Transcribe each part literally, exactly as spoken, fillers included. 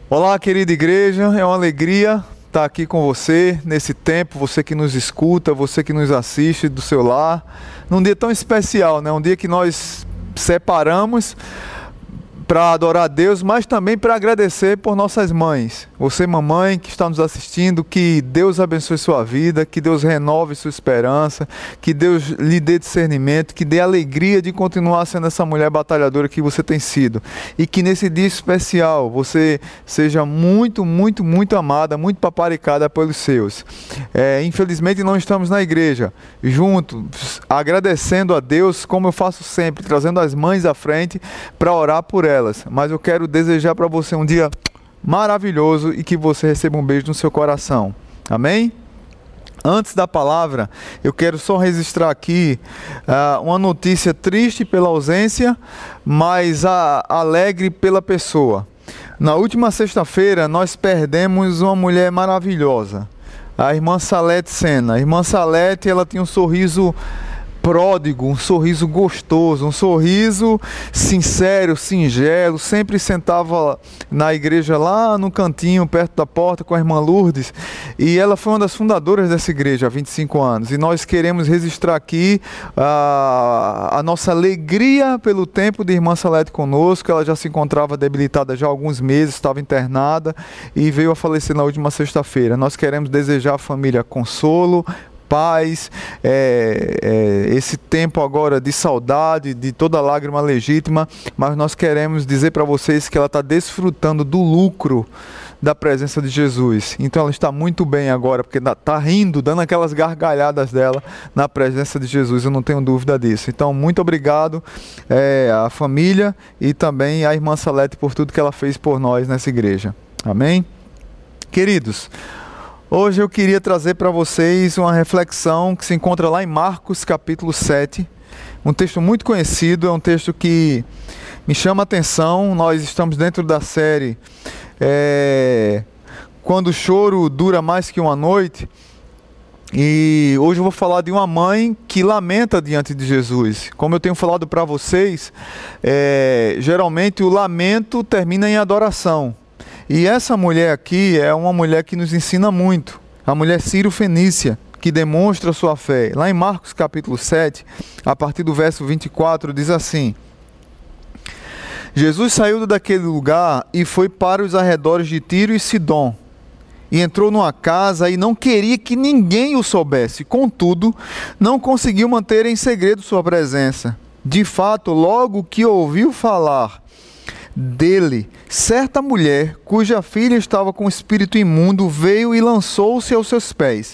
Olá, querida igreja, é uma alegria estar aqui com você nesse tempo, você que nos escuta, você que nos assiste do seu lar, num dia tão especial, né? Um dia que nós separamos para adorar a Deus, mas também para agradecer por nossas mães. Você, mamãe, que está nos assistindo, que Deus abençoe sua vida, que Deus renove sua esperança, que Deus lhe dê discernimento, que dê alegria de continuar sendo essa mulher batalhadora que você tem sido. E que nesse dia especial você seja muito, muito, muito amada, muito paparicada pelos seus. É, infelizmente não estamos na igreja, juntos, agradecendo a Deus, como eu faço sempre, trazendo as mães à frente para orar por elas. Mas eu quero desejar para você um dia maravilhoso e que você receba um beijo no seu coração. Amém? Antes da palavra, eu quero só registrar aqui uh, uma notícia triste pela ausência, mas uh, alegre pela pessoa. Na última sexta-feira, nós perdemos uma mulher maravilhosa, a irmã Salete Sena. A irmã Salete, ela tinha um sorriso pródigo, um sorriso gostoso, um sorriso sincero, singelo, sempre sentava na igreja lá no cantinho, perto da porta com a irmã Lourdes, e ela foi uma das fundadoras dessa igreja há vinte e cinco anos, e nós queremos registrar aqui a, a nossa alegria pelo tempo de irmã Salete conosco. Ela já se encontrava debilitada já há alguns meses, estava internada e veio a falecer na última sexta-feira. Nós queremos desejar à família consolo, paz, é, é, esse tempo agora de saudade, de toda lágrima legítima, mas nós queremos dizer para vocês que ela está desfrutando do lucro da presença de Jesus. Então ela está muito bem agora, porque está rindo, dando aquelas gargalhadas dela na presença de Jesus, eu não tenho dúvida disso. Então muito obrigado é, à família e também à irmã Salete por tudo que ela fez por nós nessa igreja. Amém? Queridos, hoje eu queria trazer para vocês uma reflexão que se encontra lá em Marcos capítulo sete, um texto muito conhecido, é um texto que me chama a atenção. Nós estamos dentro da série é, Quando o Choro Dura Mais Que Uma Noite, e hoje eu vou falar de uma mãe que lamenta diante de Jesus. Como eu tenho falado para vocês, é, geralmente o lamento termina em adoração. E essa mulher aqui é uma mulher que nos ensina muito. A mulher Sírio-Fenícia, que demonstra sua fé. Lá em Marcos capítulo sete, a partir do verso vinte e quatro, diz assim: Jesus saiu daquele lugar e foi para os arredores de Tiro e Sidom. E entrou numa casa e não queria que ninguém o soubesse. Contudo, não conseguiu manter em segredo sua presença. De fato, logo que ouviu falar dele, certa mulher, cuja filha estava com espírito imundo, veio e lançou-se aos seus pés.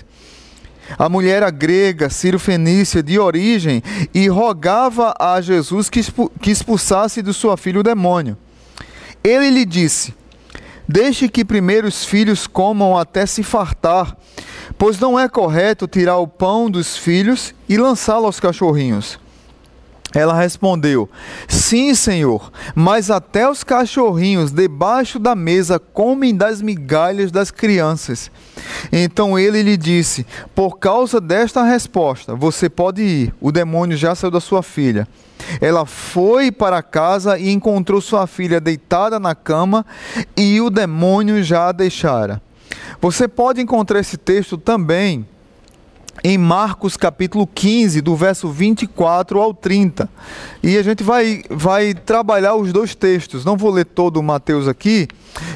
A mulher era grega, sírio-fenícia de origem, e rogava a Jesus que expulsasse de sua filha o demônio. Ele lhe disse: deixe que primeiro os filhos comam até se fartar, pois não é correto tirar o pão dos filhos e lançá-lo aos cachorrinhos. Ela respondeu: sim, Senhor, mas até os cachorrinhos debaixo da mesa comem das migalhas das crianças. Então ele lhe disse: por causa desta resposta, você pode ir, o demônio já saiu da sua filha. Ela foi para casa e encontrou sua filha deitada na cama e o demônio já a deixara. Você pode encontrar esse texto também em Marcos capítulo quinze, do verso vinte e quatro ao trinta. E a gente vai, vai trabalhar os dois textos. Não vou ler todo o Mateus aqui,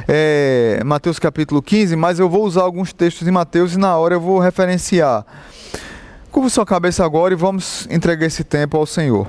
é, Mateus capítulo quinze, mas eu vou usar alguns textos de Mateus e na hora eu vou referenciar. Curva sua cabeça agora e vamos entregar esse tempo ao Senhor.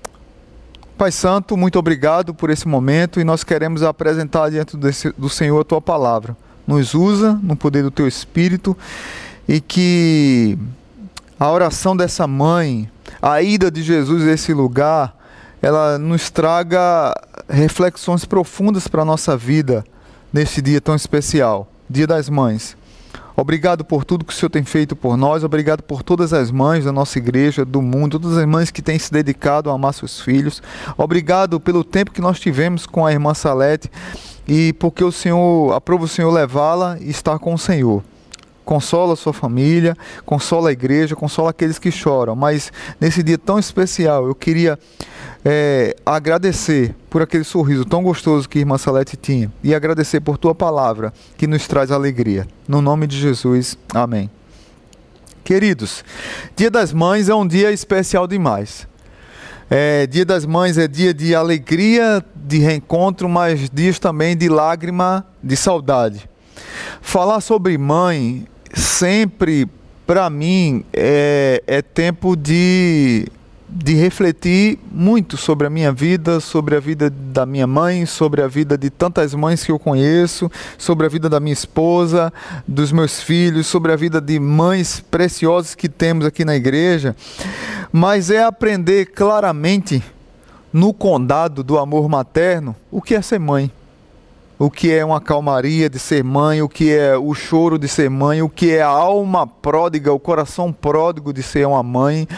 Pai Santo, muito obrigado por esse momento e nós queremos apresentar diante desse, do Senhor a Tua palavra. Nos usa no poder do Teu Espírito e que a oração dessa mãe, a ida de Jesus a esse lugar, ela nos traga reflexões profundas para a nossa vida nesse dia tão especial, Dia das Mães. Obrigado por tudo que o Senhor tem feito por nós, obrigado por todas as mães da nossa igreja, do mundo, todas as mães que têm se dedicado a amar seus filhos. Obrigado pelo tempo que nós tivemos com a irmã Salete e porque o Senhor, aprova o Senhor levá-la e estar com o Senhor. consola a sua família, consola a igreja, consola aqueles que choram. Mas nesse dia tão especial, eu queria é, agradecer por aquele sorriso tão gostoso que a irmã Salete tinha e agradecer por tua palavra que nos traz alegria. No nome de Jesus, amém. Queridos, Dia das Mães é um dia especial demais. É, Dia das Mães é dia de alegria, de reencontro, mas dias também de lágrima, de saudade. Falar sobre mãe sempre, para mim, é, é tempo de, de refletir muito sobre a minha vida, sobre a vida da minha mãe, sobre a vida de tantas mães que eu conheço, sobre a vida da minha esposa, dos meus filhos, sobre a vida de mães preciosas que temos aqui na igreja. Mas é aprender claramente, no condado do amor materno, o que é ser mãe. O que é uma calmaria de ser mãe, o que é o choro de ser mãe, o que é a alma pródiga, o coração pródigo de ser uma mãe.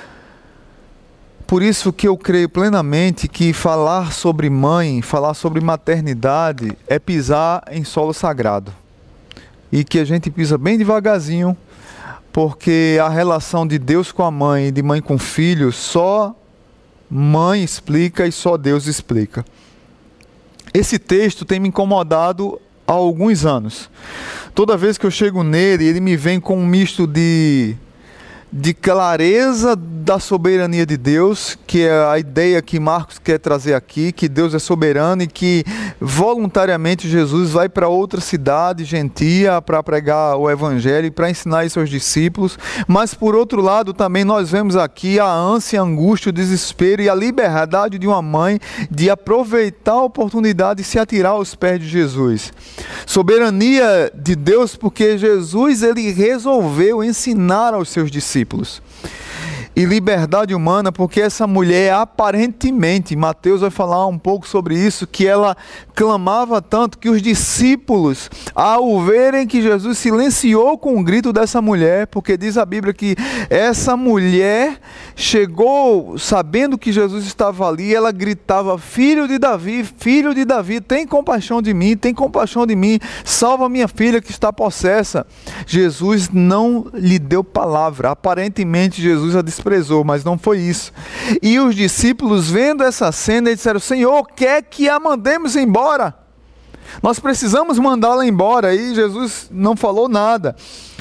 Por isso que eu creio plenamente que falar sobre mãe, falar sobre maternidade, é pisar em solo sagrado. E que a gente pisa bem devagarzinho, porque a relação de Deus com a mãe e de mãe com filho, só mãe explica e só Deus explica. Esse texto tem me incomodado há alguns anos. Toda vez que eu chego nele, ele me vem com um misto de, de clareza da soberania de Deus, que é a ideia que Marcos quer trazer aqui, que Deus é soberano e que voluntariamente Jesus vai para outra cidade gentia para pregar o evangelho e para ensinar isso aos discípulos. Mas por outro lado também nós vemos aqui a ânsia, a angústia, o desespero e a liberdade de uma mãe de aproveitar a oportunidade e se atirar aos pés de Jesus. Soberania de Deus porque Jesus ele resolveu ensinar aos seus discípulos. E liberdade humana, porque essa mulher aparentemente, Mateus vai falar um pouco sobre isso, que ela clamava tanto que os discípulos, ao verem que Jesus silenciou com o grito dessa mulher, porque diz a Bíblia que essa mulher chegou sabendo que Jesus estava ali, ela gritava: filho de Davi, filho de Davi, tem compaixão de mim, tem compaixão de mim, salva minha filha que está possessa. Jesus não lhe deu palavra, aparentemente Jesus a desprezou, mas não foi isso. E os discípulos, vendo essa cena, disseram: Senhor, quer que a mandemos embora? Nós precisamos mandá-la embora. E Jesus não falou nada.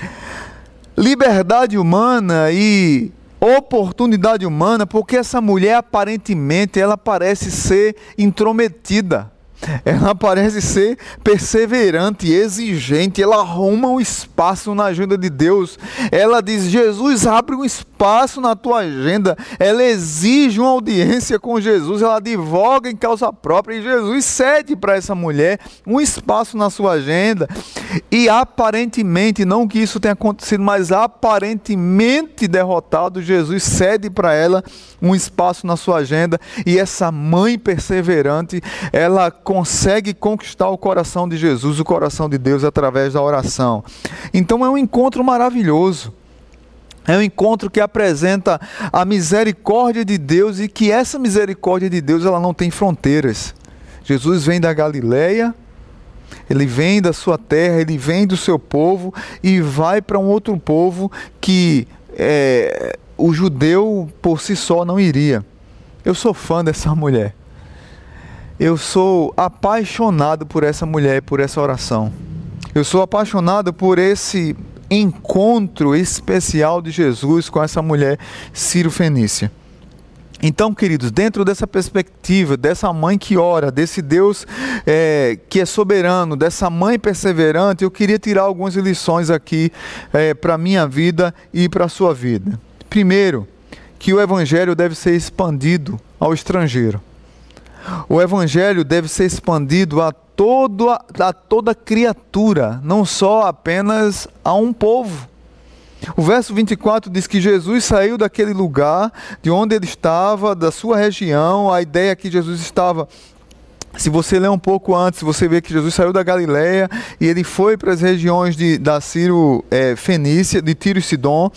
Liberdade humana e oportunidade humana, porque essa mulher aparentemente ela parece ser intrometida. Ela parece ser perseverante, exigente, ela arruma um espaço na agenda de Deus. Ela diz: Jesus, abre um espaço na tua agenda. Ela exige uma audiência com Jesus, ela advoga em causa própria e Jesus cede para essa mulher um espaço na sua agenda. E aparentemente, não que isso tenha acontecido, mas aparentemente derrotado, Jesus cede para ela um espaço na sua agenda. E essa mãe perseverante, ela consegue conquistar o coração de Jesus, o coração de Deus, através da oração. Então é um encontro maravilhoso. É um encontro que apresenta a misericórdia de Deus e que essa misericórdia de Deus ela não tem fronteiras. Jesus vem da Galileia, ele vem da sua terra, ele vem do seu povo e vai para um outro povo que é, o judeu por si só não iria. Eu sou fã dessa mulher. Eu sou apaixonado por essa mulher, por essa oração. Eu sou apaixonado por esse encontro especial de Jesus com essa mulher sírio-fenícia. Então, queridos, dentro dessa perspectiva, dessa mãe que ora, desse Deus é, que é soberano, dessa mãe perseverante, eu queria tirar algumas lições aqui é, para a minha vida e para a sua vida. Primeiro, que o evangelho deve ser expandido ao estrangeiro. O evangelho deve ser expandido a, todo, a toda criatura, não só apenas a um povo. O verso vinte e quatro diz que Jesus saiu daquele lugar, de onde ele estava, da sua região. A ideia é que Jesus estava... Se você ler um pouco antes, você vê que Jesus saiu da Galileia e ele foi para as regiões de, da Ciro é, Fenícia, de Tiro e Sidom,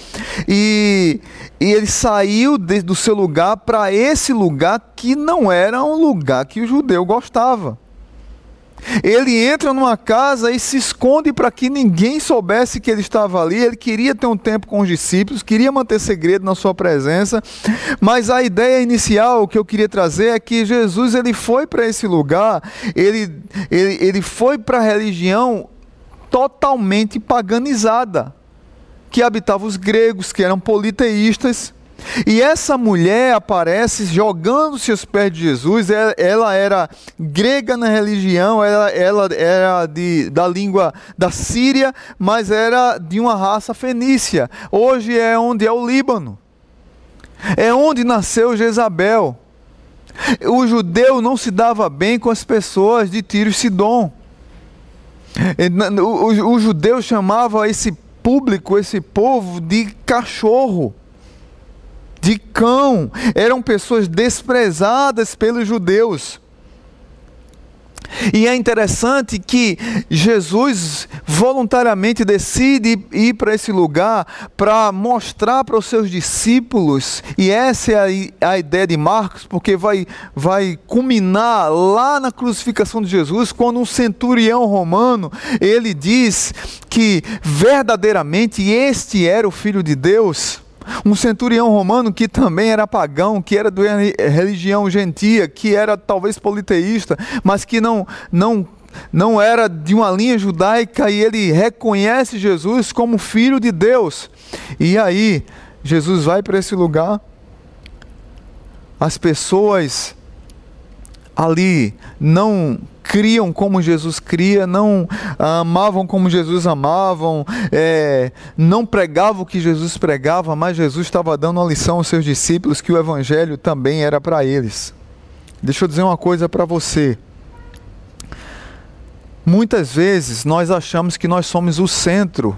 e, e ele saiu de, do seu lugar para esse lugar que não era um lugar que o judeu gostava. Ele entra numa casa e se esconde para que ninguém soubesse que ele estava ali. Ele queria ter um tempo com os discípulos, queria manter segredo na sua presença, mas a ideia inicial que eu queria trazer é que Jesus ele foi para esse lugar, ele, ele, ele foi para a religião totalmente paganizada, que habitava os gregos, que eram politeístas. E essa mulher aparece jogando-se aos pés de Jesus. Ela, ela era grega na religião, ela, ela era de, da língua da Síria, mas era de uma raça fenícia. Hoje é onde é o Líbano, é onde nasceu Jezabel. O judeu não se dava bem com as pessoas de Tiro e Sidom. O, o, o judeu chamava esse público, esse povo, de cachorro, de cão. Eram pessoas desprezadas pelos judeus. E é interessante que Jesus voluntariamente decide ir para esse lugar para mostrar para os seus discípulos, e essa é a, a ideia de Marcos, porque vai, vai culminar lá na crucificação de Jesus, quando um centurião romano, ele diz que verdadeiramente este era o Filho de Deus. Um centurião romano que também era pagão, que era de religião gentia, que era talvez politeísta, mas que não, não, não era de uma linha judaica, e ele reconhece Jesus como Filho de Deus. E aí, Jesus vai para esse lugar, as pessoas ali não criam como Jesus cria, não amavam como Jesus amavam, é, não pregavam o que Jesus pregava, mas Jesus estava dando uma lição aos seus discípulos que o Evangelho também era para eles. Deixa eu dizer uma coisa para você. Muitas vezes nós achamos que nós somos o centro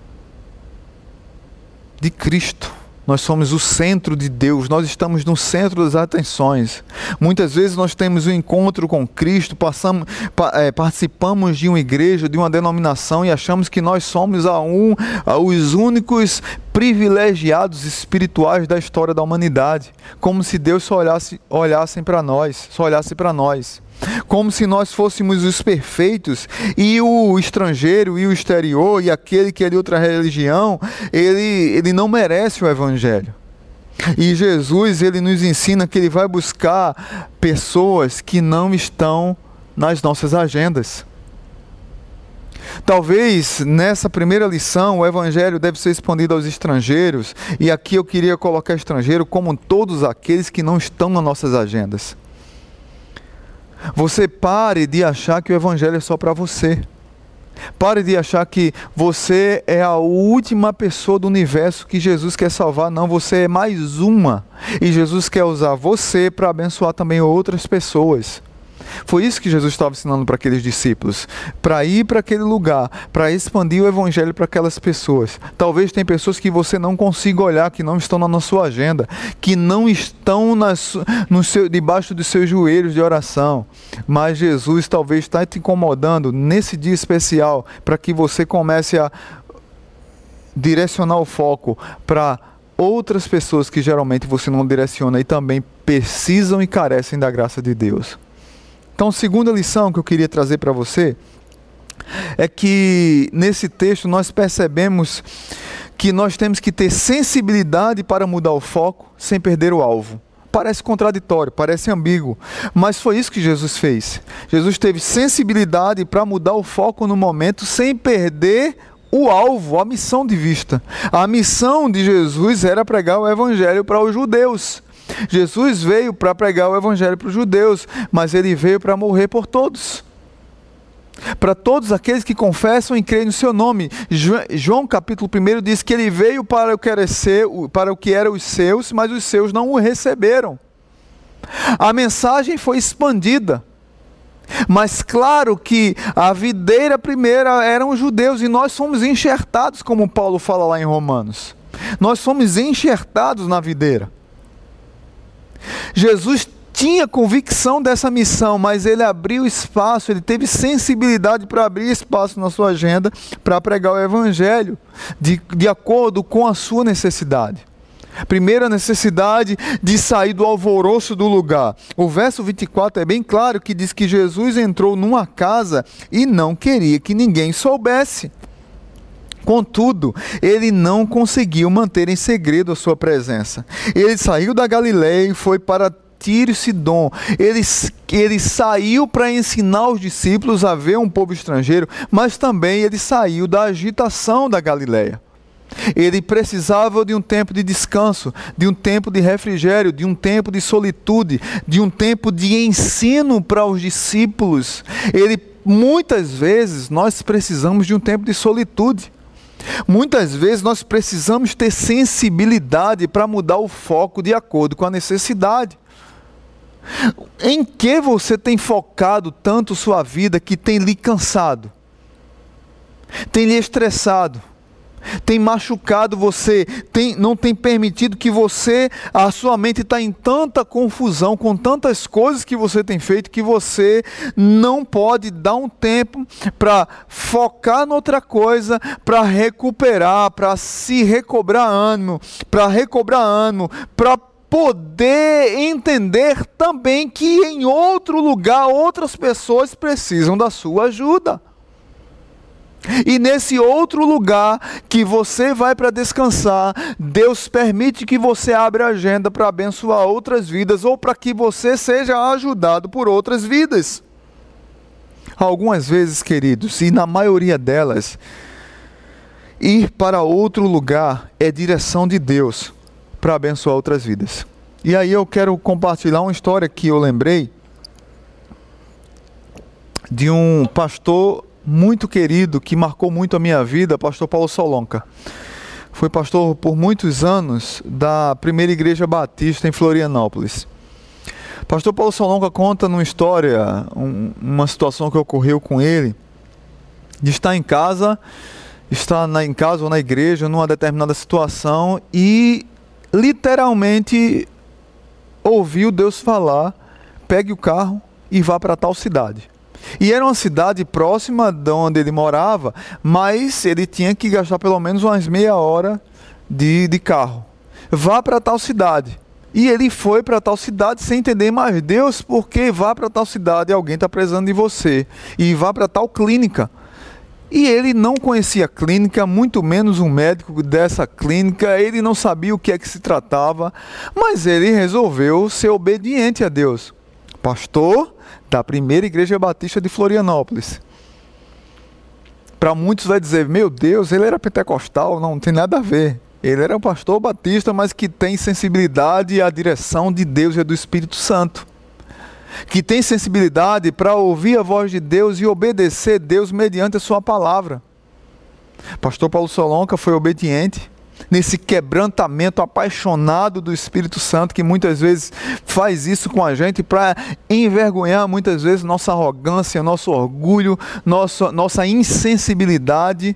de Cristo. Nós somos o centro de Deus, nós estamos no centro das atenções. Muitas vezes nós temos um encontro com Cristo, passamos, é, participamos de uma igreja, de uma denominação, e achamos que nós somos a um, a, os únicos privilegiados espirituais da história da humanidade. Como se Deus só olhasse, olhasse para nós, só olhasse para nós. Como se nós fôssemos os perfeitos, e o estrangeiro e o exterior e aquele que é de outra religião, ele, ele não merece o Evangelho. E Jesus, ele nos ensina que ele vai buscar pessoas que não estão nas nossas agendas. Talvez nessa primeira lição o Evangelho deve ser expandido aos estrangeiros, e aqui eu queria colocar estrangeiro como todos aqueles que não estão nas nossas agendas. Você pare de achar que o Evangelho é só para você. Pare de achar que você é a última pessoa do universo que Jesus quer salvar. Não, você é mais uma. E Jesus quer usar você para abençoar também outras pessoas. Foi isso que Jesus estava ensinando para aqueles discípulos, para ir para aquele lugar, para expandir o Evangelho para aquelas pessoas. Talvez tem pessoas que você não consiga olhar, que não estão na sua agenda, que não estão nas, no seu, debaixo dos seus joelhos de oração, mas Jesus talvez está te incomodando nesse dia especial, para que você comece a direcionar o foco para outras pessoas que geralmente você não direciona e também precisam e carecem da graça de Deus. Então, a segunda lição que eu queria trazer para você é que nesse texto nós percebemos que nós temos que ter sensibilidade para mudar o foco sem perder o alvo. Parece contraditório, parece ambíguo, mas foi isso que Jesus fez. Jesus teve sensibilidade para mudar o foco no momento sem perder o alvo, a missão de vista. A missão de Jesus era pregar o Evangelho para os judeus. Jesus veio para pregar o Evangelho para os judeus, mas ele veio para morrer por todos, para todos aqueles que confessam e creem no seu nome. João capítulo um diz que ele veio para o que era, seu, para o que eram os seus, mas os seus não o receberam. A mensagem foi expandida, mas claro que a videira primeira eram os judeus, e nós somos enxertados, como Paulo fala lá em Romanos. Nós somos enxertados na videira. Jesus tinha convicção dessa missão, mas ele abriu espaço, ele teve sensibilidade para abrir espaço na sua agenda para pregar o Evangelho de, de acordo com a sua necessidade. Primeira necessidade de sair do alvoroço do lugar. O verso vinte e quatro é bem claro que diz que Jesus entrou numa casa e não queria que ninguém soubesse. Contudo, ele não conseguiu manter em segredo a sua presença. Ele saiu da Galileia e foi para Tiro e Sidom. Ele, ele saiu para ensinar os discípulos a ver um povo estrangeiro, mas também ele saiu da agitação da Galileia. Ele precisava de um tempo de descanso, de um tempo de refrigério, de um tempo de solitude, de um tempo de ensino para os discípulos. Ele, muitas vezes nós precisamos de um tempo de solitude. Muitas vezes nós precisamos ter sensibilidade para mudar o foco de acordo com a necessidade. Em que você tem focado tanto sua vida que tem lhe cansado, tem lhe estressado, tem machucado você, tem, não tem permitido que você, a sua mente está em tanta confusão, com tantas coisas que você tem feito, que você não pode dar um tempo para focar em outra coisa, para recuperar, para se recobrar ânimo, para recobrar ânimo, para poder entender também que em outro lugar outras pessoas precisam da sua ajuda. E nesse outro lugar que você vai para descansar, Deus permite que você abra a agenda para abençoar outras vidas ou para que você seja ajudado por outras vidas. Algumas vezes, queridos, e na maioria delas, ir para outro lugar é direção de Deus para abençoar outras vidas. E aí eu quero compartilhar uma história que eu lembrei de um pastor muito querido, que marcou muito a minha vida, pastor Paulo Solonca. Foi pastor por muitos anos da Primeira Igreja Batista em Florianópolis. Pastor Paulo Solonca conta numa história, um, uma situação que ocorreu com ele, de estar em casa, estar na, em casa ou na igreja, numa determinada situação, e literalmente ouviu Deus falar: pegue o carro e vá para tal cidade. E era uma cidade próxima de onde ele morava, mas ele tinha que gastar pelo menos umas meia hora de, de carro. Vá para tal cidade. E ele foi para tal cidade sem entender mais Deus, porque vá para tal cidade, alguém está precisando de você. E vá para tal clínica. E ele não conhecia a clínica, muito menos um médico dessa clínica, ele não sabia o que é que se tratava, mas ele resolveu ser obediente a Deus. Pastor da Primeira Igreja Batista de Florianópolis. Para muitos vai dizer: meu Deus, ele era pentecostal. Não, não tem nada a ver. Ele era um pastor batista, mas que tem sensibilidade à direção de Deus e do Espírito Santo. Que tem sensibilidade para ouvir a voz de Deus e obedecer Deus mediante a sua palavra. Pastor Paulo Solonca foi obediente nesse quebrantamento apaixonado do Espírito Santo, que muitas vezes faz isso com a gente para envergonhar muitas vezes nossa arrogância, nosso orgulho, nossa, nossa insensibilidade,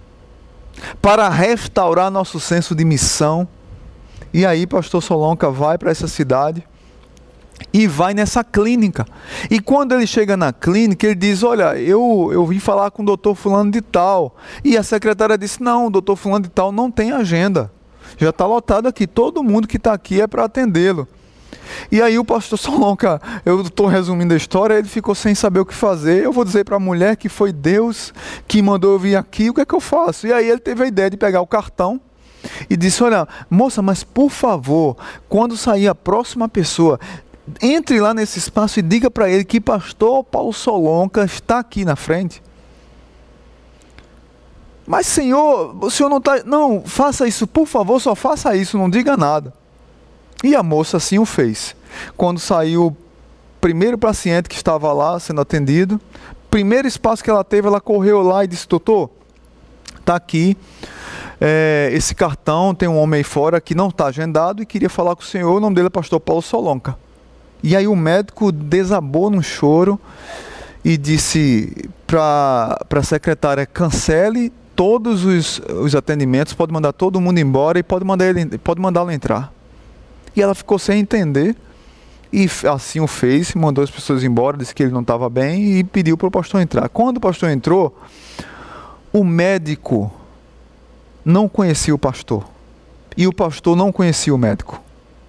para restaurar nosso senso de missão. E aí pastor Solonca vai para essa cidade e vai nessa clínica. E quando ele chega na clínica, ele diz: olha, eu, eu vim falar com o doutor fulano de tal. E a secretária disse: não, o doutor fulano de tal não tem agenda. Já está lotado aqui, todo mundo que está aqui é para atendê-lo. E aí o pastor Solonca, eu estou resumindo a história, ele ficou sem saber o que fazer. Eu vou dizer para a mulher que foi Deus que mandou eu vir aqui, o que é que eu faço? E aí ele teve a ideia de pegar o cartão e disse: olha, moça, mas por favor, quando sair a próxima pessoa, entre lá nesse espaço e diga para ele que pastor Paulo Solonca está aqui na frente. Mas senhor, o senhor não está... Não, faça isso, por favor, só faça isso, não diga nada. E a moça assim o fez. Quando saiu o primeiro paciente que estava lá sendo atendido, primeiro espaço que ela teve, ela correu lá e disse: doutor, está aqui é, esse cartão, tem um homem aí fora que não está agendado e queria falar com o senhor, o nome dele é pastor Paulo Solonca. E aí o médico desabou num choro e disse para a secretária: cancele todos os, os atendimentos, pode mandar todo mundo embora e pode mandar ele, pode mandá-lo entrar. E ela ficou sem entender e assim o fez, mandou as pessoas embora, disse que ele não estava bem e pediu para o pastor entrar. Quando o pastor entrou, o médico não conhecia o pastor. E o pastor não conhecia o médico.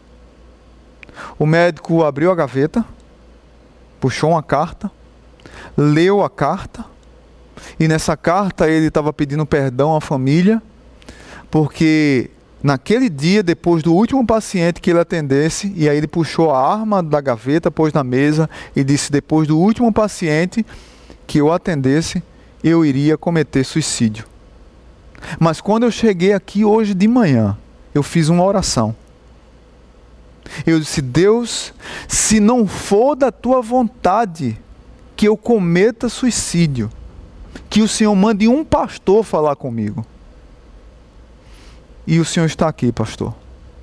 O médico abriu a gaveta, puxou uma carta, leu a carta, e nessa carta ele estava pedindo perdão à família, porque naquele dia, depois do último paciente que ele atendesse, e aí ele puxou a arma da gaveta, pôs na mesa e disse: depois do último paciente que eu atendesse, eu iria cometer suicídio. Mas quando eu cheguei aqui hoje de manhã, eu fiz uma oração. Eu disse: Deus, se não for da tua vontade que eu cometa suicídio, que o Senhor mande um pastor falar comigo. E o Senhor está aqui, pastor.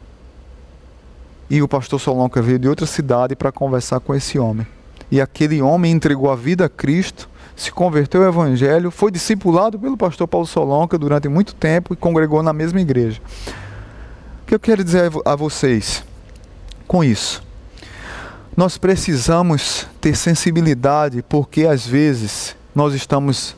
E o pastor Solonca veio de outra cidade para conversar com esse homem. E aquele homem entregou a vida a Cristo, se converteu ao Evangelho, foi discipulado pelo pastor Paulo Solonca durante muito tempo e congregou na mesma igreja. O que eu quero dizer a vocês com isso? Nós precisamos ter sensibilidade, porque às vezes nós estamos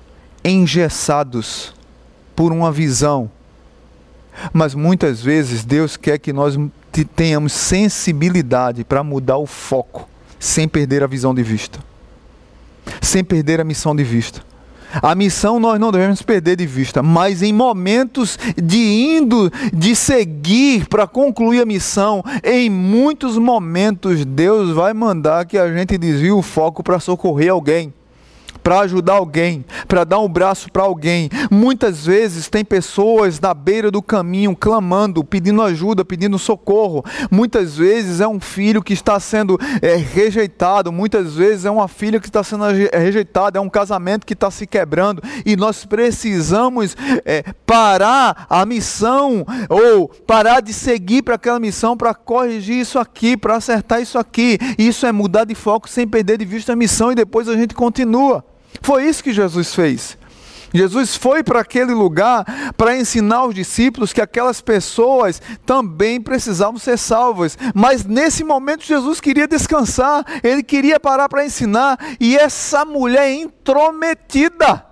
engessados por uma visão. Mas muitas vezes Deus quer que nós tenhamos sensibilidade para mudar o foco, sem perder a visão de vista. Sem perder a missão de vista. A missão nós não devemos perder de vista, mas em momentos de indo, de seguir para concluir a missão, em muitos momentos Deus vai mandar que a gente desvie o foco para socorrer alguém, para ajudar alguém, para dar um braço para alguém. Muitas vezes tem pessoas na beira do caminho clamando, pedindo ajuda, pedindo socorro. Muitas vezes é um filho que está sendo é, rejeitado, muitas vezes é uma filha que está sendo rejeitada, é um casamento que está se quebrando, e nós precisamos é, parar a missão, ou parar de seguir para aquela missão, para corrigir isso aqui, para acertar isso aqui. Isso é mudar de foco sem perder de vista a missão, e depois a gente continua. Foi isso que Jesus fez. Jesus foi para aquele lugar para ensinar os discípulos que aquelas pessoas também precisavam ser salvas. Mas nesse momento Jesus queria descansar, ele queria parar para ensinar, e essa mulher intrometida,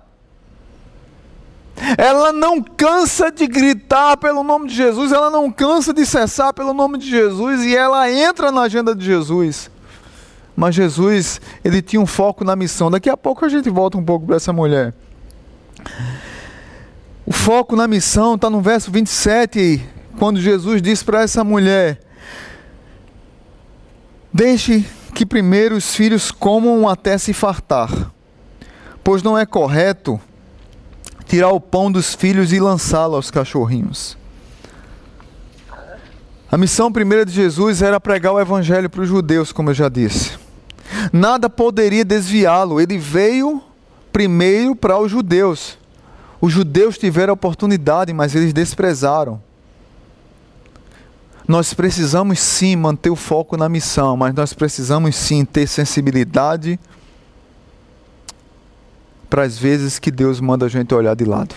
ela não cansa de gritar pelo nome de Jesus, ela não cansa de cessar pelo nome de Jesus, e ela entra na agenda de Jesus. Mas Jesus, ele tinha um foco na missão. Daqui a pouco a gente volta um pouco para essa mulher. O foco na missão está no verso vinte e sete, quando Jesus disse para essa mulher: deixe que primeiro os filhos comam até se fartar, pois não é correto tirar o pão dos filhos e lançá-lo aos cachorrinhos. A missão primeira de Jesus era pregar o Evangelho para os judeus, como eu já disse. Nada poderia desviá-lo. Ele veio primeiro para os judeus. Os judeus tiveram a oportunidade, mas eles desprezaram. Nós precisamos sim manter o foco na missão, mas nós precisamos sim ter sensibilidade para as vezes que Deus manda a gente olhar de lado.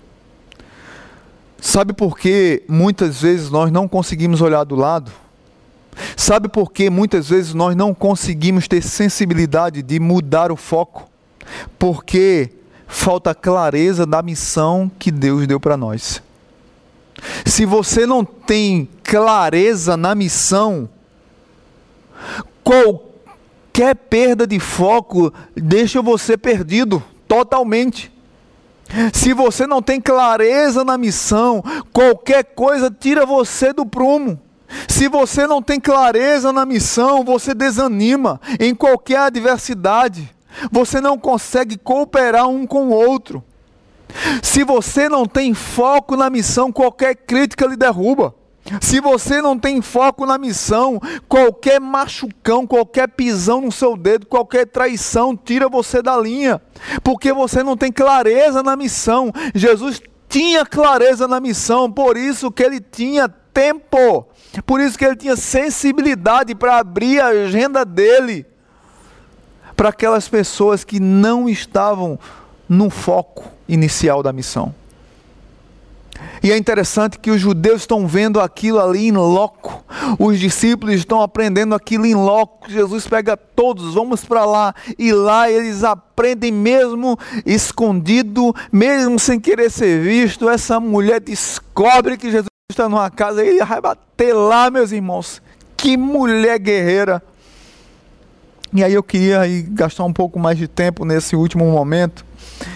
Sabe por que muitas vezes nós não conseguimos olhar do lado? Sabe por que muitas vezes nós não conseguimos ter sensibilidade de mudar o foco? Porque falta clareza da missão que Deus deu para nós. Se você não tem clareza na missão, qualquer perda de foco deixa você perdido totalmente. Se você não tem clareza na missão, qualquer coisa tira você do prumo. Se você não tem clareza na missão, você desanima em qualquer adversidade. Você não consegue cooperar um com o outro. Se você não tem foco na missão, qualquer crítica lhe derruba. Se você não tem foco na missão, qualquer machucão, qualquer pisão no seu dedo, qualquer traição tira você da linha, porque você não tem clareza na missão. Jesus tinha clareza na missão, por isso que ele tinha tempo, por isso que ele tinha sensibilidade para abrir a agenda dele para aquelas pessoas que não estavam no foco inicial da missão. E é interessante que os judeus estão vendo aquilo ali em loco. Os discípulos estão aprendendo aquilo em loco. Jesus pega todos, vamos para lá. E lá eles aprendem mesmo escondido, mesmo sem querer ser visto. Essa mulher descobre que Jesus está numa casa, ele vai bater lá, meus irmãos. Que mulher guerreira. E aí eu queria aí gastar um pouco mais de tempo nesse último momento.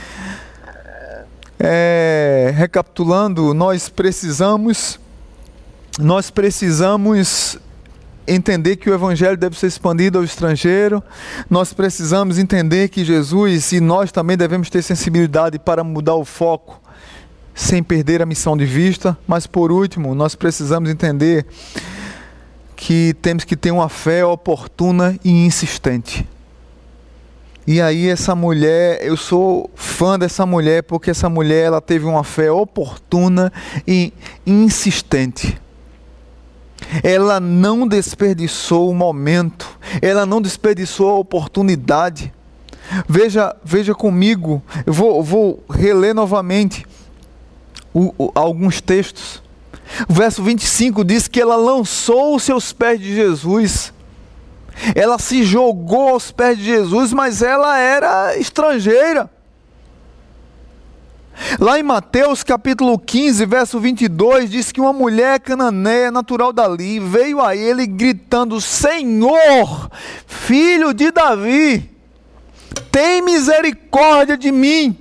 É, recapitulando, nós precisamos, nós precisamos entender que o Evangelho deve ser expandido ao estrangeiro. Nós precisamos entender que Jesus e nós também devemos ter sensibilidade para mudar o foco, sem perder a missão de vista. Mas por último, nós precisamos entender que temos que ter uma fé oportuna e insistente. E aí essa mulher, eu sou fã dessa mulher, porque essa mulher ela teve uma fé oportuna e insistente. Ela não desperdiçou o momento, ela não desperdiçou a oportunidade. Veja, veja comigo, eu vou, vou reler novamente o, o, alguns textos. O verso vinte e cinco diz que ela lançou os seus pés de Jesus. Ela se jogou aos pés de Jesus, mas ela era estrangeira. Lá em Mateus capítulo quinze, verso vinte e dois, diz que uma mulher cananeia, natural dali, veio a ele gritando: Senhor, filho de Davi, tem misericórdia de mim.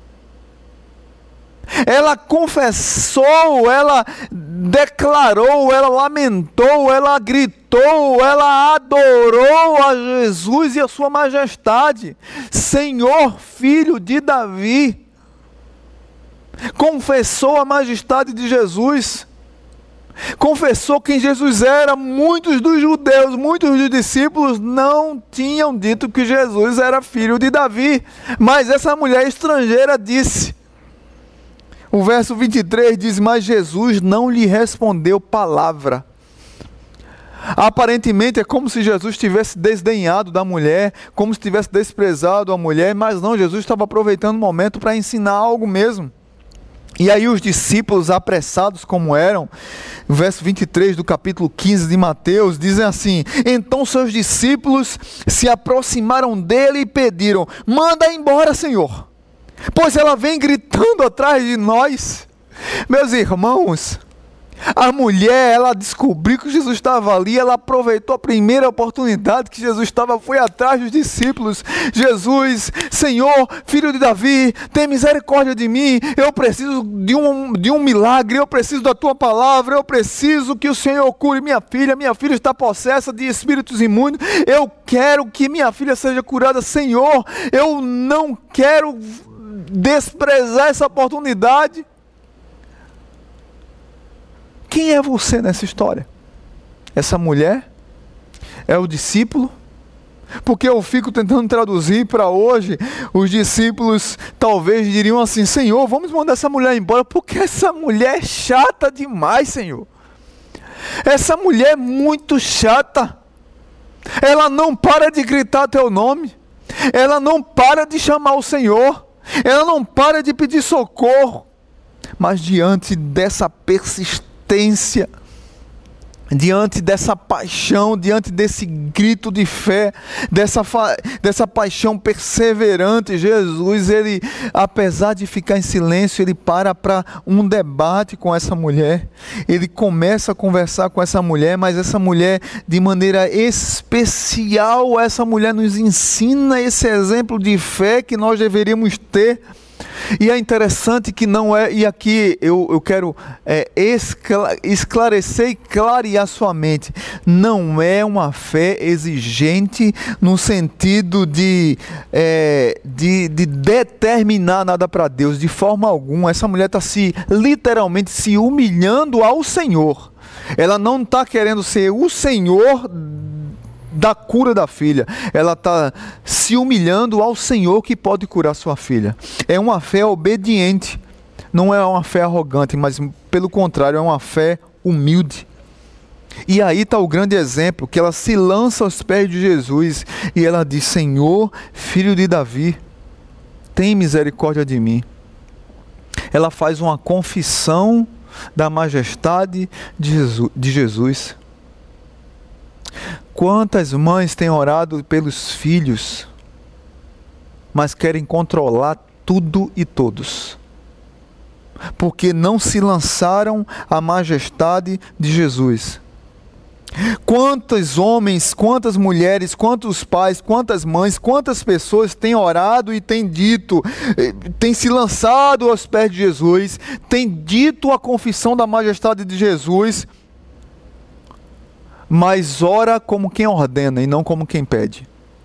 Ela confessou, ela declarou, ela lamentou, ela gritou, ela adorou a Jesus e a sua majestade. Senhor, filho de Davi. Confessou a majestade de Jesus. Confessou quem Jesus era. Muitos dos judeus, muitos dos discípulos não tinham dito que Jesus era filho de Davi. Mas essa mulher estrangeira disse. O verso vinte e três diz: mas Jesus não lhe respondeu palavra. Aparentemente é como se Jesus tivesse desdenhado da mulher, como se tivesse desprezado a mulher, mas não, Jesus estava aproveitando o momento para ensinar algo mesmo. E aí os discípulos, apressados como eram, no verso vinte e três do capítulo quinze de Mateus, dizem assim: então seus discípulos se aproximaram dele e pediram: manda embora, Senhor, pois ela vem gritando atrás de nós. Meus irmãos, a mulher, ela descobriu que Jesus estava ali, ela aproveitou a primeira oportunidade que Jesus estava, foi atrás dos discípulos. Jesus, Senhor, filho de Davi, tem misericórdia de mim, eu preciso de um, de um milagre, eu preciso da tua palavra, eu preciso que o Senhor cure minha filha, minha filha está possessa de espíritos imundos, eu quero que minha filha seja curada, Senhor, eu não quero desprezar essa oportunidade. Quem é você nessa história? Essa mulher? É o discípulo? Porque eu fico tentando traduzir para hoje, os discípulos talvez diriam assim: Senhor, vamos mandar essa mulher embora, porque essa mulher é chata demais, Senhor. Essa mulher é muito chata. Ela não para de gritar teu nome. Ela não para de chamar o Senhor. Ela não para de pedir socorro. Mas diante dessa persistência, diante dessa paixão, diante desse grito de fé, dessa, fa- dessa paixão perseverante, Jesus, ele, apesar de ficar em silêncio, ele para para um debate com essa mulher. Ele começa a conversar com essa mulher, mas essa mulher, de maneira especial, essa mulher nos ensina esse exemplo de fé que nós deveríamos ter. E é interessante que não é, e aqui eu, eu quero é, esclarecer e clarear sua mente, não é uma fé exigente no sentido de, é, de, de determinar nada para Deus, de forma alguma. Essa mulher está se, literalmente se humilhando ao Senhor. Ela não está querendo ser o Senhor da cura da filha, ela está se humilhando ao Senhor que pode curar sua filha. É uma fé obediente, não é uma fé arrogante, mas pelo contrário, é uma fé humilde. E aí está o grande exemplo, que ela se lança aos pés de Jesus e ela diz: Senhor, filho de Davi, tem misericórdia de mim. Ela faz uma confissão da majestade de Jesus. Quantas mães têm orado pelos filhos, mas querem controlar tudo e todos? porque não se lançaram à majestade de Jesus. Quantos homens, quantas mulheres, quantos pais, quantas mães, quantas pessoas têm orado e têm dito, têm se lançado aos pés de Jesus, têm dito a confissão da majestade de Jesus, mas ora como quem ordena e não como quem pede.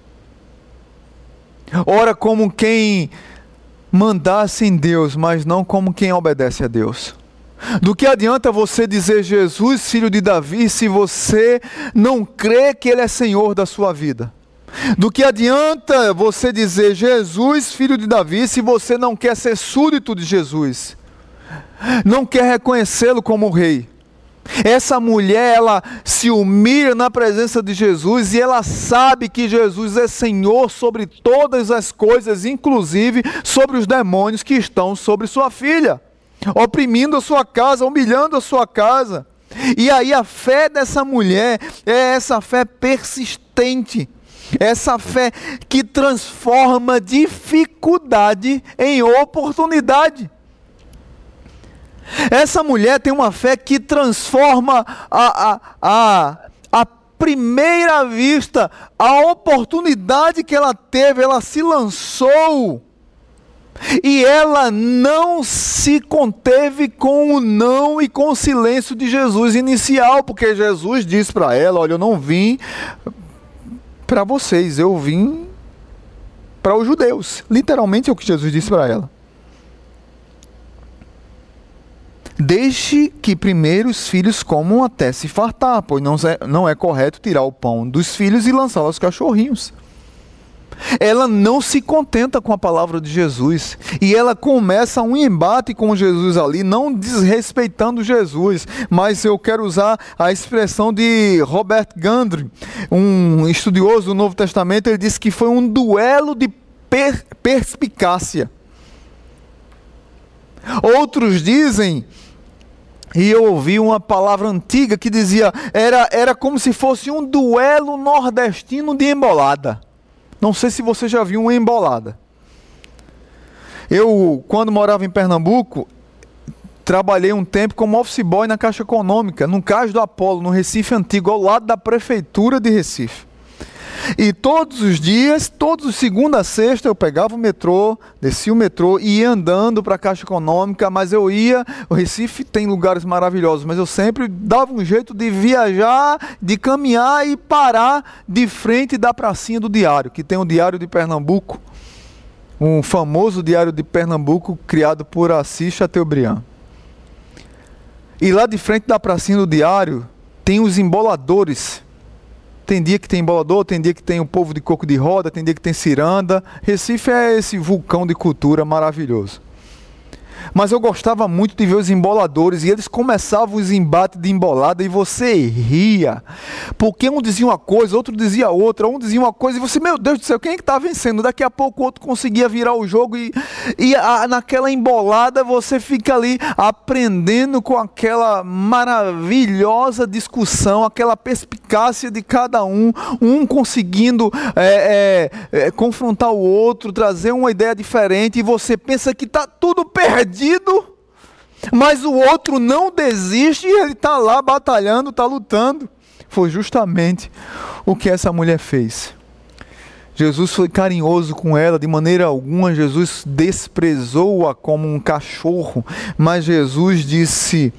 Ora como quem mandasse em Deus, mas não como quem obedece a Deus. Do que adianta você dizer Jesus, filho de Davi, se você não crê que Ele é Senhor da sua vida? Do que adianta você dizer Jesus, filho de Davi, se você não quer ser súdito de Jesus? Não quer reconhecê-lo como rei? Essa mulher, ela se humilha na presença de Jesus e ela sabe que Jesus é Senhor sobre todas as coisas, inclusive sobre os demônios que estão sobre sua filha, oprimindo a sua casa, humilhando a sua casa. E aí a fé dessa mulher é essa fé persistente, essa fé que transforma dificuldade em oportunidade. Essa mulher tem uma fé que transforma a, a, a, a primeira vista, a oportunidade que ela teve, ela se lançou. E ela não se conteve com o não e com o silêncio de Jesus inicial, porque Jesus disse para ela: olha, eu não vim para vocês, eu vim para os judeus. Literalmente é o que Jesus disse para ela. Deixe que primeiro os filhos comam até se fartar, pois não é, não é correto tirar o pão dos filhos e lançá-lo aos cachorrinhos. Ela não se contenta com a palavra de Jesus, e ela começa um embate com Jesus ali, não desrespeitando Jesus, mas eu quero usar a expressão de Robert Gundry, um estudioso do Novo Testamento. Ele disse que foi um duelo de per- perspicácia. Outros dizem, e eu ouvi uma palavra antiga que dizia, era, era como se fosse um duelo nordestino de embolada. Não sei se você já viu uma embolada. Eu, quando morava em Pernambuco, trabalhei um tempo como office boy na Caixa Econômica, no Cais do Apolo, no Recife Antigo, ao lado da Prefeitura de Recife. E todos os dias, todos os segunda a sexta, eu pegava o metrô, descia o metrô e ia andando para a Caixa Econômica, mas eu ia, o Recife tem lugares maravilhosos, mas eu sempre dava um jeito de viajar, de caminhar e parar de frente da pracinha do Diário, que tem o Diário de Pernambuco, um famoso Diário de Pernambuco criado por Assis Chateaubriand. E lá de frente da pracinha do Diário tem os emboladores. Tem dia que tem embolador, tem dia que tem o povo de coco de roda, tem dia que tem ciranda. Recife é esse vulcão de cultura maravilhoso. Mas eu gostava muito de ver os emboladores, e eles começavam os embates de embolada e você ria, porque um dizia uma coisa, outro dizia outra, um dizia uma coisa e você, meu Deus do céu, quem é que está vencendo? Daqui a pouco o outro conseguia virar o jogo e, e a, naquela embolada você fica ali aprendendo com aquela maravilhosa discussão, aquela perspicácia de cada um, um conseguindo é, é, é, confrontar o outro, trazer uma ideia diferente, e você pensa que está tudo perdido, mas o outro não desiste e ele está lá batalhando, está lutando. Foi justamente o que essa mulher fez. Jesus foi carinhoso com ela, de maneira alguma Jesus desprezou-a como um cachorro, mas Jesus disse: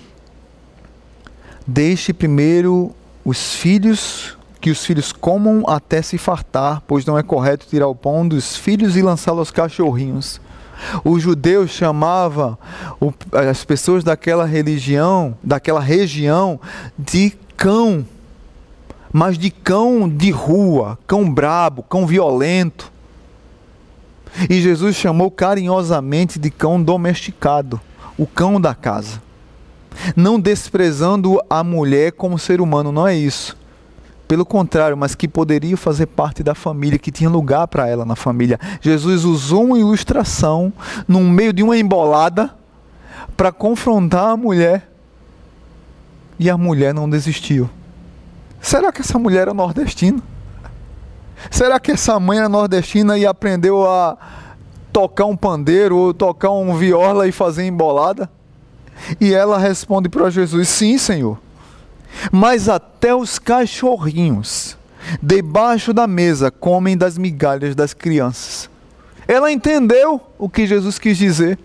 deixe primeiro os filhos, que os filhos comam até se fartar, pois não é correto tirar o pão dos filhos e lançá-lo aos cachorrinhos. Os judeus chamavam as pessoas daquela religião, daquela região, de cão, mas de cão de rua, cão brabo, cão violento. E Jesus chamou carinhosamente de cão domesticado, o cão da casa. Não desprezando a mulher como ser humano, não é isso. Pelo contrário, mas que poderia fazer parte da família, que tinha lugar para ela na família. Jesus usou uma ilustração no meio de uma embolada para confrontar a mulher. E a mulher não desistiu. Será que essa mulher era nordestina? Será que essa mãe era nordestina e aprendeu a tocar um pandeiro ou tocar um viola e fazer embolada? E ela responde para Jesus: sim, Senhor, mas até os cachorrinhos debaixo da mesa comem das migalhas das crianças. Ela entendeu o que Jesus quis dizer.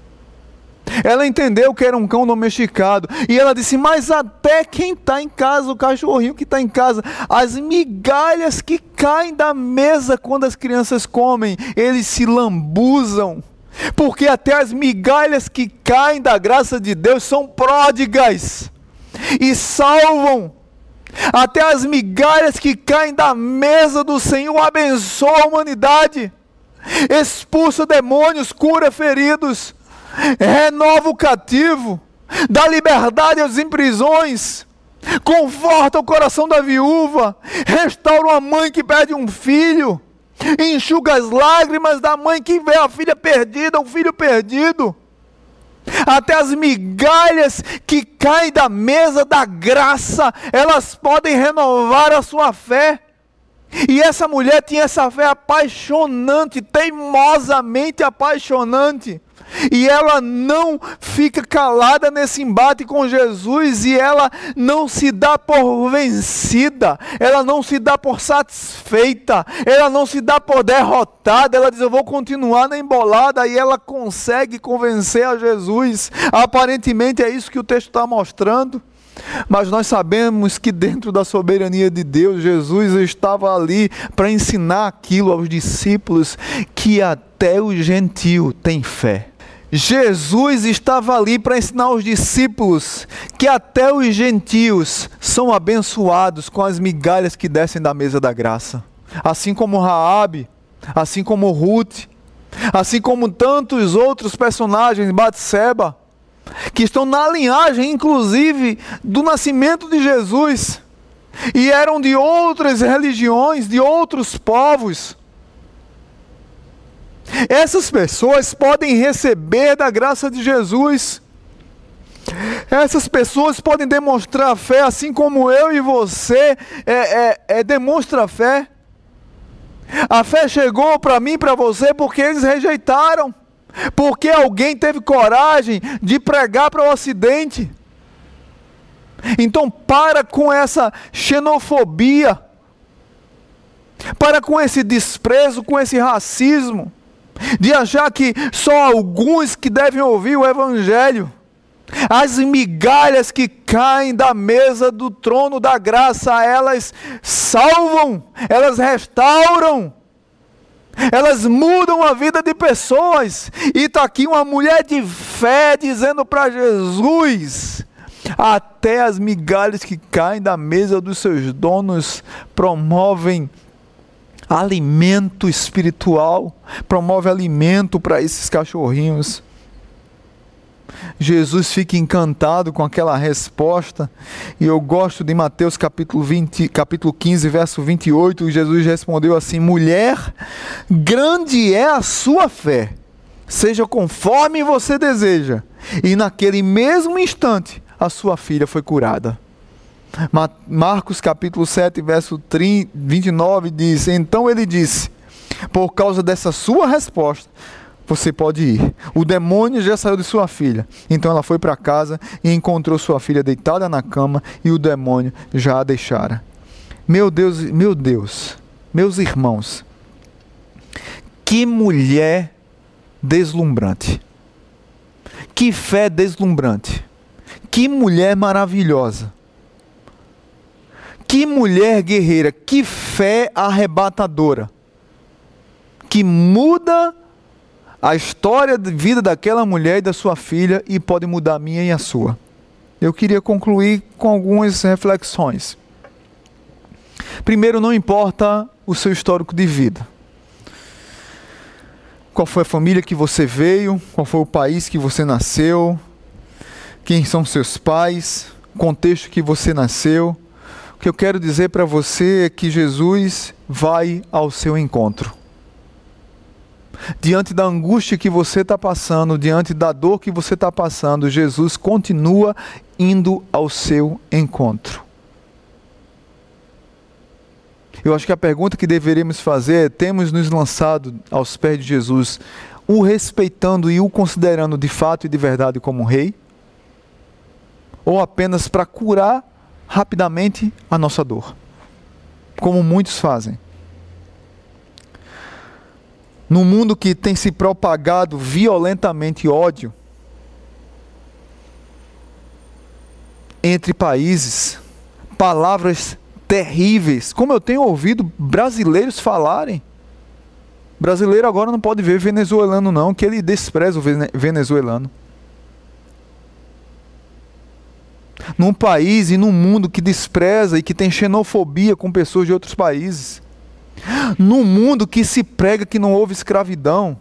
Ela entendeu que era um cão domesticado. E ela disse: mas até quem está em casa, o cachorrinho que está em casa, as migalhas que caem da mesa quando as crianças comem, eles se lambuzam. Porque até as migalhas que caem da graça de Deus são pródigas e salvam. Até as migalhas que caem da mesa do Senhor abençoam a humanidade, expulsa demônios, cura feridos, renova o cativo, dá liberdade aos em prisões, conforta o coração da viúva, restaura uma mãe que perde um filho, enxuga as lágrimas da mãe que vê a filha perdida, o filho perdido. Até as migalhas que caem da mesa da graça, elas podem renovar a sua fé. E essa mulher tinha essa fé apaixonante, teimosamente apaixonante. E ela não fica calada nesse embate com Jesus, e ela não se dá por vencida, ela não se dá por satisfeita, ela não se dá por derrotada. Ela diz: eu vou continuar na embolada, e ela consegue convencer a Jesus. Aparentemente é isso que o texto está mostrando. Mas nós sabemos que dentro da soberania de Deus, Jesus estava ali para ensinar aquilo aos discípulos, que até o gentio tem fé. Jesus estava ali para ensinar aos discípulos que até os gentios são abençoados com as migalhas que descem da mesa da graça. Assim como Raabe, assim como Ruth, assim como tantos outros personagens, Batseba, que estão na linhagem, inclusive, do nascimento de Jesus, e eram de outras religiões, de outros povos. Essas pessoas podem receber da graça de Jesus. Essas pessoas podem demonstrar fé, assim como eu e você é, é, é, demonstra fé. A fé chegou para mim e para você porque eles rejeitaram. Porque alguém teve coragem de pregar para o Ocidente. Então para com essa xenofobia. Para com esse desprezo, com esse racismo, de achar que só alguns que devem ouvir o Evangelho. As migalhas que caem da mesa do trono da graça, elas salvam, elas restauram, elas mudam a vida de pessoas. E está aqui uma mulher de fé dizendo para Jesus: até as migalhas que caem da mesa dos seus donos promovem alimento espiritual, promove alimento para esses cachorrinhos. Jesus fica encantado com aquela resposta, e eu gosto de Mateus capítulo, vinte, capítulo quinze, verso vinte e oito, Jesus respondeu assim: mulher, grande é a sua fé, seja conforme você deseja. E naquele mesmo instante, a sua filha foi curada. Marcos capítulo sete, verso vinte e nove diz: então ele disse, por causa dessa sua resposta, você pode ir. O demônio já saiu de sua filha. Então ela foi para casa e encontrou sua filha deitada na cama, e o demônio já a deixara. Meu Deus, meu Deus, meus irmãos, que mulher deslumbrante, que fé deslumbrante, que mulher maravilhosa, que mulher guerreira, que fé arrebatadora, que muda a história de vida daquela mulher e da sua filha, e pode mudar a minha e a sua. Eu queria concluir com algumas reflexões. Primeiro, não importa o seu histórico de vida. Qual foi a família que você veio, qual foi o país que você nasceu, quem são seus pais, o contexto que você nasceu. O que eu quero dizer para você é que Jesus vai ao seu encontro. Diante da angústia que você está passando, diante da dor que você está passando, Jesus continua indo ao seu encontro. Eu acho que a pergunta que deveríamos fazer é: temos nos lançado aos pés de Jesus, o respeitando e o considerando de fato e de verdade como rei? ou apenas para curar rapidamente a nossa dor, como muitos fazem. No mundo que tem se propagado violentamente ódio entre países, palavras terríveis, como eu tenho ouvido brasileiros falarem. Brasileiro agora não pode ver venezuelano não, que ele despreza o venezuelano. Num país e num mundo que despreza e que tem xenofobia com pessoas de outros países. Num mundo que se prega que não houve escravidão.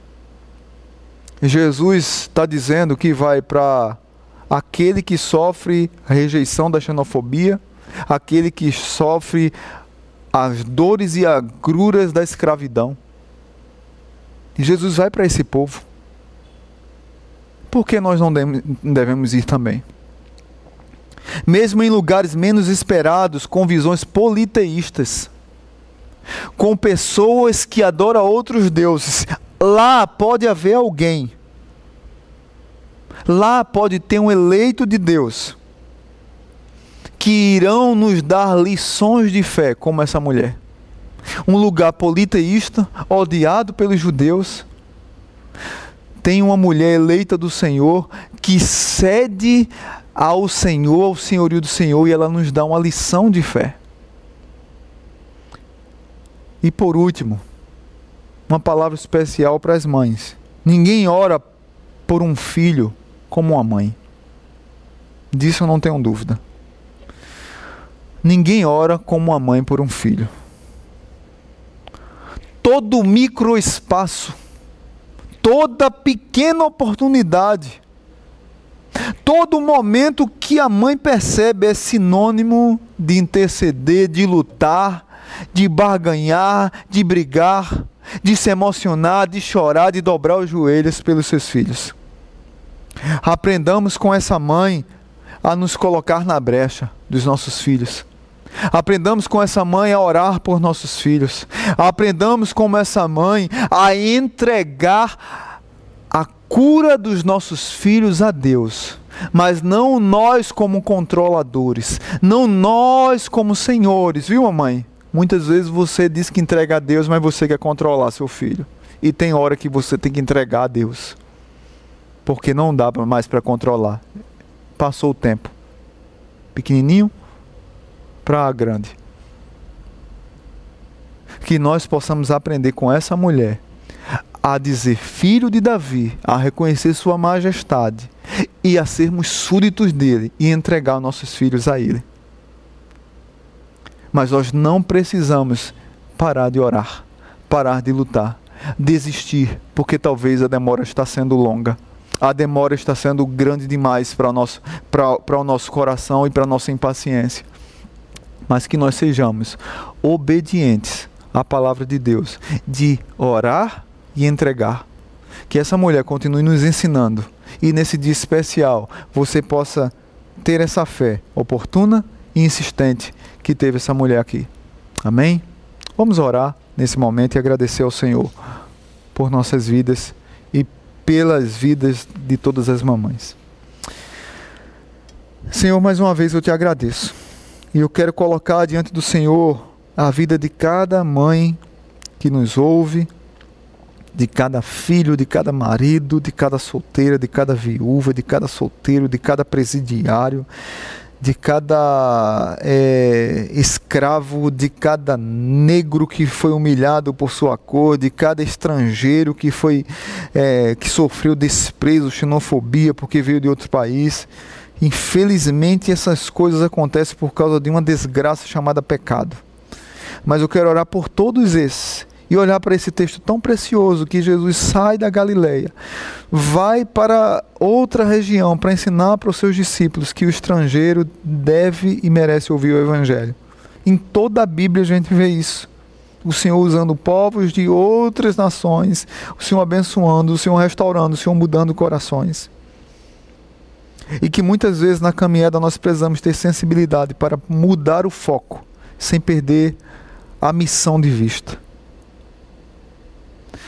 Jesus está dizendo que vai para aquele que sofre a rejeição da xenofobia, aquele que sofre as dores e agruras da escravidão. E Jesus vai para esse povo. Por que nós não devemos ir também? Mesmo em lugares menos esperados, com visões politeístas, com pessoas que adoram outros deuses, lá pode haver alguém, lá pode ter um eleito de Deus, que irão nos dar lições de fé, como essa mulher. Um lugar politeísta, odiado pelos judeus, tem uma mulher eleita do Senhor, que cede ao Senhor, ao senhorio do Senhor, e ela nos dá uma lição de fé. E por último, uma palavra especial para as mães. Ninguém ora por um filho como uma mãe. Disso eu não tenho dúvida. Ninguém ora como uma mãe por um filho. Todo microespaço, toda pequena oportunidade, todo momento que a mãe percebe é sinônimo de interceder, de lutar, de barganhar, de brigar, de se emocionar, de chorar, de dobrar os joelhos pelos seus filhos. Aprendamos com essa mãe a nos colocar na brecha dos nossos filhos. Aprendamos com essa mãe a orar por nossos filhos. Aprendamos com essa mãe a entregar a cura dos nossos filhos a Deus. Mas não nós como controladores, não nós como senhores, viu, mamãe? Muitas vezes você diz que entrega a Deus, mas você quer controlar seu filho. E tem hora que você tem que entregar a Deus, porque não dá mais para controlar. Passou o tempo. Pequenininho para grande. Que nós possamos aprender com essa mulher a dizer filho de Davi, a reconhecer sua majestade e a sermos súditos dele e entregar nossos filhos a ele. Mas nós não precisamos parar de orar, parar de lutar, desistir, porque talvez a demora está sendo longa. A demora está sendo grande demais para o nosso, para, para o nosso coração e para a nossa impaciência. Mas que nós sejamos obedientes à palavra de Deus, de orar e entregar. Que essa mulher continue nos ensinando. E nesse dia especial, você possa ter essa fé oportuna e insistente que teve essa mulher aqui. Amém? Vamos orar nesse momento e agradecer ao Senhor por nossas vidas e pelas vidas de todas as mamães. Senhor, mais uma vez eu te agradeço. E eu quero colocar diante do Senhor a vida de cada mãe que nos ouve, de cada filho, de cada marido, de cada solteira, de cada viúva, de cada solteiro, de cada presidiário, de cada é, escravo, de cada negro que foi humilhado por sua cor, de cada estrangeiro que foi é, que sofreu desprezo, xenofobia porque veio de outro país. Infelizmente essas coisas acontecem por causa de uma desgraça chamada pecado. Mas eu quero orar por todos esses e olhar para esse texto tão precioso que Jesus sai da Galileia, vai para outra região para ensinar para os seus discípulos que o estrangeiro deve e merece ouvir o Evangelho. Em toda a Bíblia a gente vê isso. O Senhor usando povos de outras nações, o Senhor abençoando, o Senhor restaurando, o Senhor mudando corações. E que muitas vezes na caminhada nós precisamos ter sensibilidade para mudar o foco, sem perder a missão de vista.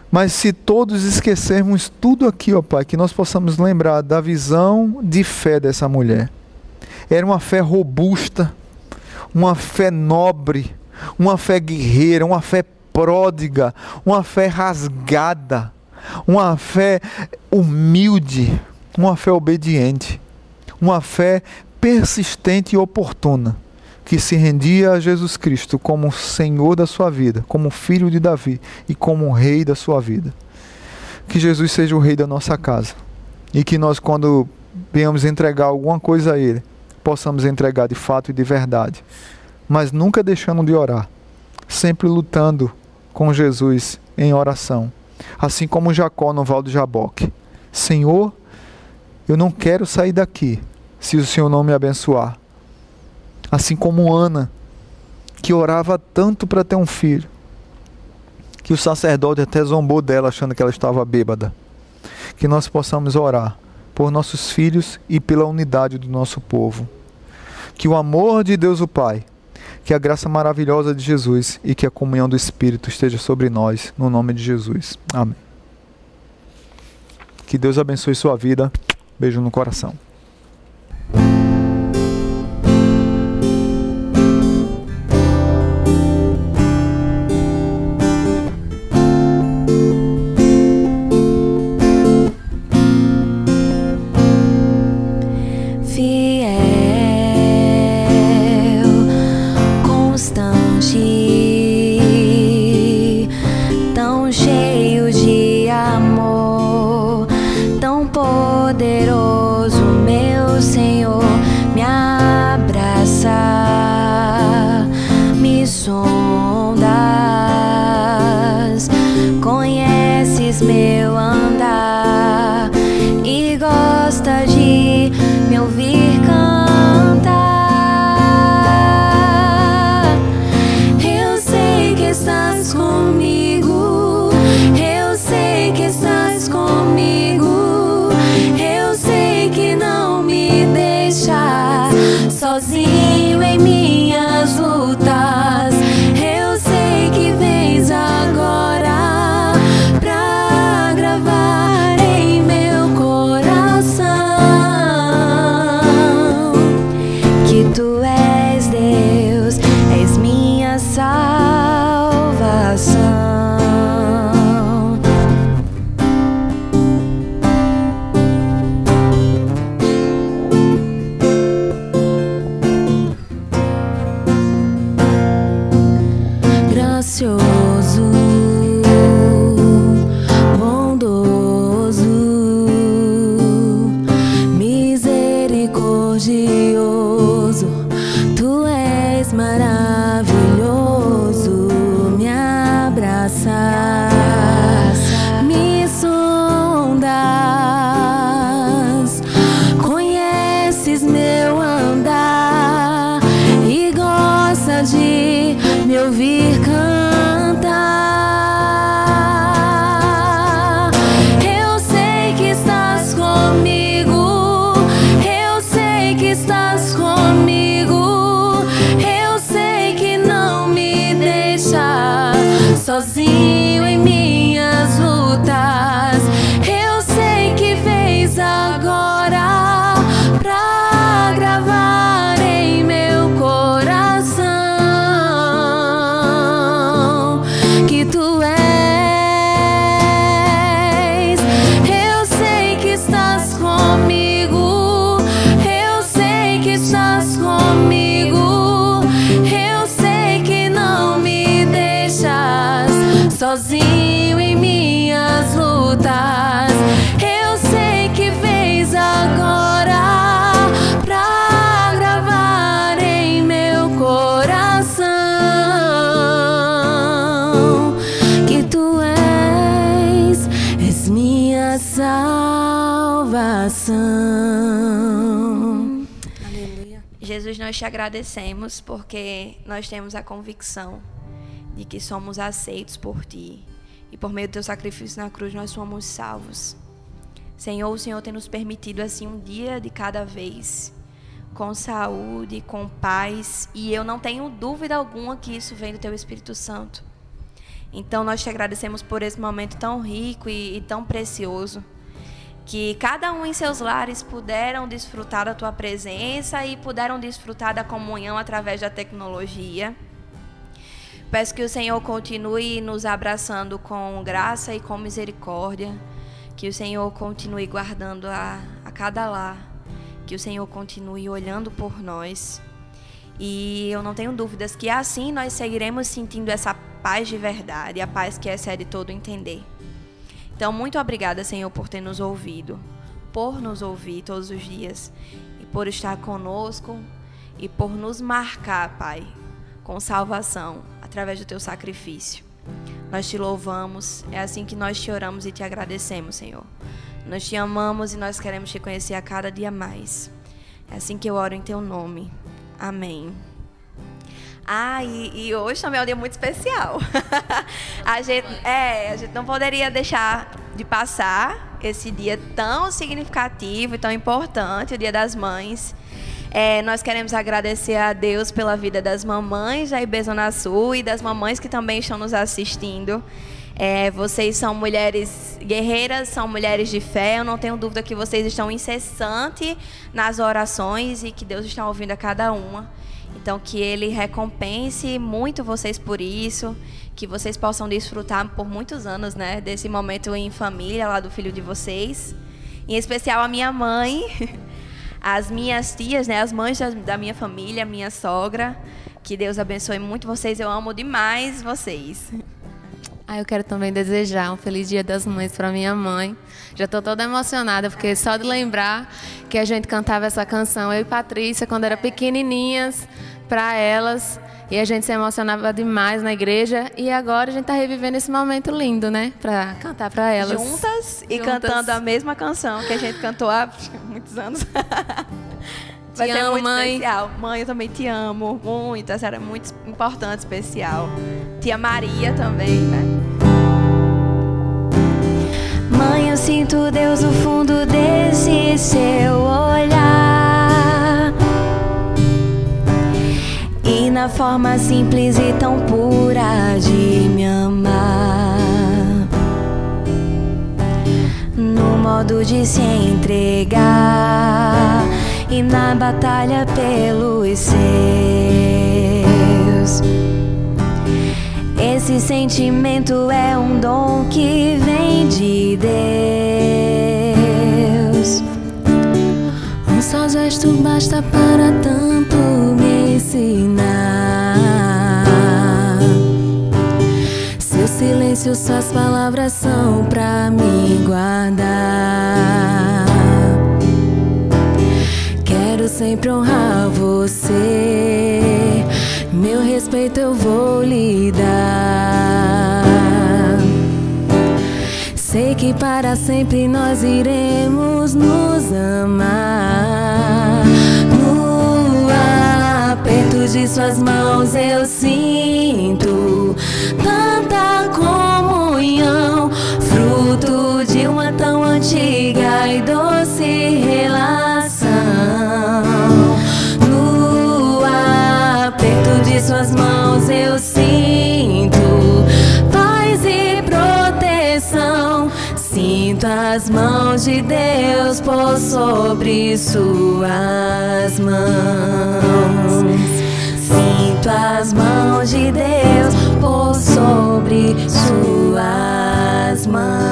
Mas se todos esquecermos tudo aqui, ó Pai, que nós possamos lembrar da visão de fé dessa mulher. Era uma fé robusta, uma fé nobre, uma fé guerreira, uma fé pródiga, uma fé rasgada, uma fé humilde, uma fé obediente, uma fé persistente e oportuna, que se rendia a Jesus Cristo como Senhor da sua vida, como Filho de Davi e como Rei da sua vida. Que Jesus seja o Rei da nossa casa e que nós, quando venhamos entregar alguma coisa a Ele, possamos entregar de fato e de verdade, mas nunca deixando de orar, sempre lutando com Jesus em oração, assim como Jacó no Val do Jaboque. Senhor, eu não quero sair daqui se o Senhor não me abençoar. Assim como Ana, que orava tanto para ter um filho, que o sacerdote até zombou dela achando que ela estava bêbada. Que nós possamos orar por nossos filhos e pela unidade do nosso povo. Que o amor de Deus o Pai, que a graça maravilhosa de Jesus e que a comunhão do Espírito esteja sobre nós, no nome de Jesus. Amém. Que Deus abençoe sua vida. Beijo no coração. Meu andar e gosta de me ouvir cantar. Eu sei que estás comigo, eu sei que estás comigo, eu sei que não me deixa sozinho em minhas lutas. Eu sei que vens agora Tu és Deus, és minha salvação. Gracioso, bondoso, misericordioso, Tu és maravilhoso, me abraças, me sondas, conheces meu andar e gosta de me ouvir cantar. Eu sei que estás comigo, eu sei que estás comigo, sozinho em minhas lutas. Eu sei que vens agora pra gravar em meu coração que Tu és. Eu sei que estás comigo, eu sei que estás comigo, eu sei que não me deixas sozinho em minhas lutas. Eu sei que vens agora pra gravar em meu coração que Tu és, és minha salvação. Aleluia. Jesus, nós te agradecemos porque nós temos a convicção de que somos aceitos por Ti e por meio do Teu sacrifício na cruz nós somos salvos. Senhor, o Senhor tem nos permitido assim um dia de cada vez, com saúde, com paz, e eu não tenho dúvida alguma que isso vem do Teu Espírito Santo. Então, nós te agradecemos por esse momento tão rico e, e tão precioso, que cada um em seus lares puderam desfrutar da tua presença e puderam desfrutar da comunhão através da tecnologia. Peço que o Senhor continue nos abraçando com graça e com misericórdia, que o Senhor continue guardando a, a cada lar, que o Senhor continue olhando por nós. E eu não tenho dúvidas que assim nós seguiremos sentindo essa paz de verdade, a paz que excede todo entender. Então, muito obrigada, Senhor, por ter nos ouvido, por nos ouvir todos os dias, e por estar conosco, e por nos marcar, Pai, com salvação, através do Teu sacrifício. Nós Te louvamos, é assim que nós Te oramos e Te agradecemos, Senhor. Nós Te amamos e nós queremos Te conhecer a cada dia mais. É assim que eu oro em Teu nome. Amém. Ah, e, e hoje também é um dia muito especial. a, gente, é, a gente não poderia deixar de passar esse dia tão significativo e tão importante, o Dia das Mães. É, nós queremos agradecer a Deus pela vida das mamães da I B Zona Sul e das mamães que também estão nos assistindo. É, vocês são mulheres guerreiras, são mulheres de fé. Eu não tenho dúvida que vocês estão incessantes nas orações e que Deus está ouvindo a cada uma. Então, que Ele recompense muito vocês por isso, que vocês possam desfrutar por muitos anos, né, desse momento em família lá do filho de vocês. Em especial a minha mãe, as minhas tias, né, as mães da minha família, minha sogra. Que Deus abençoe muito vocês. Eu amo demais vocês. Ah, eu quero também desejar um feliz Dia das Mães para minha mãe. Já estou toda emocionada, porque só de lembrar que a gente cantava essa canção, eu e Patrícia, quando era pequenininhas, para elas, e a gente se emocionava demais na igreja, e agora a gente está revivendo esse momento lindo, né, para cantar para elas. Juntas e Juntas. Cantando a mesma canção que a gente cantou há muitos anos. Vai te ser amo, muito mãe. Especial. Mãe, eu também te amo muito. Essa era muito importante, especial. Tia Maria também, né? Mãe, eu sinto Deus no fundo desse seu olhar, e na forma simples e tão pura de me amar, no modo de se entregar e na batalha pelos seus. Esse sentimento é um dom que vem de Deus. Um só gesto basta para tanto me ensinar. Seu silêncio, suas palavras são pra me guardar. Quero sempre honrar você, meu respeito eu vou lhe dar. Sei que para sempre nós iremos nos amar. No aperto de suas mãos eu sinto tanta comunhão, fruto de uma tão antiga e doce relação. No aperto de suas mãos eu sinto paz e proteção. Sinto as mãos de Deus por sobre suas mãos. Sinto as mãos de Deus por sobre suas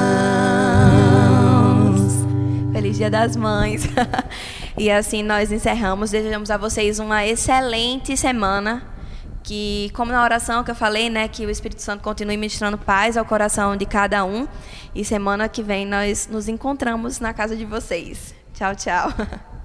mãos. Feliz Dia das Mães. E assim nós encerramos. Desejamos a vocês uma excelente semana. Que, como na oração que eu falei, né, que o Espírito Santo continue ministrando paz ao coração de cada um. E semana que vem nós nos encontramos na casa de vocês. Tchau, tchau.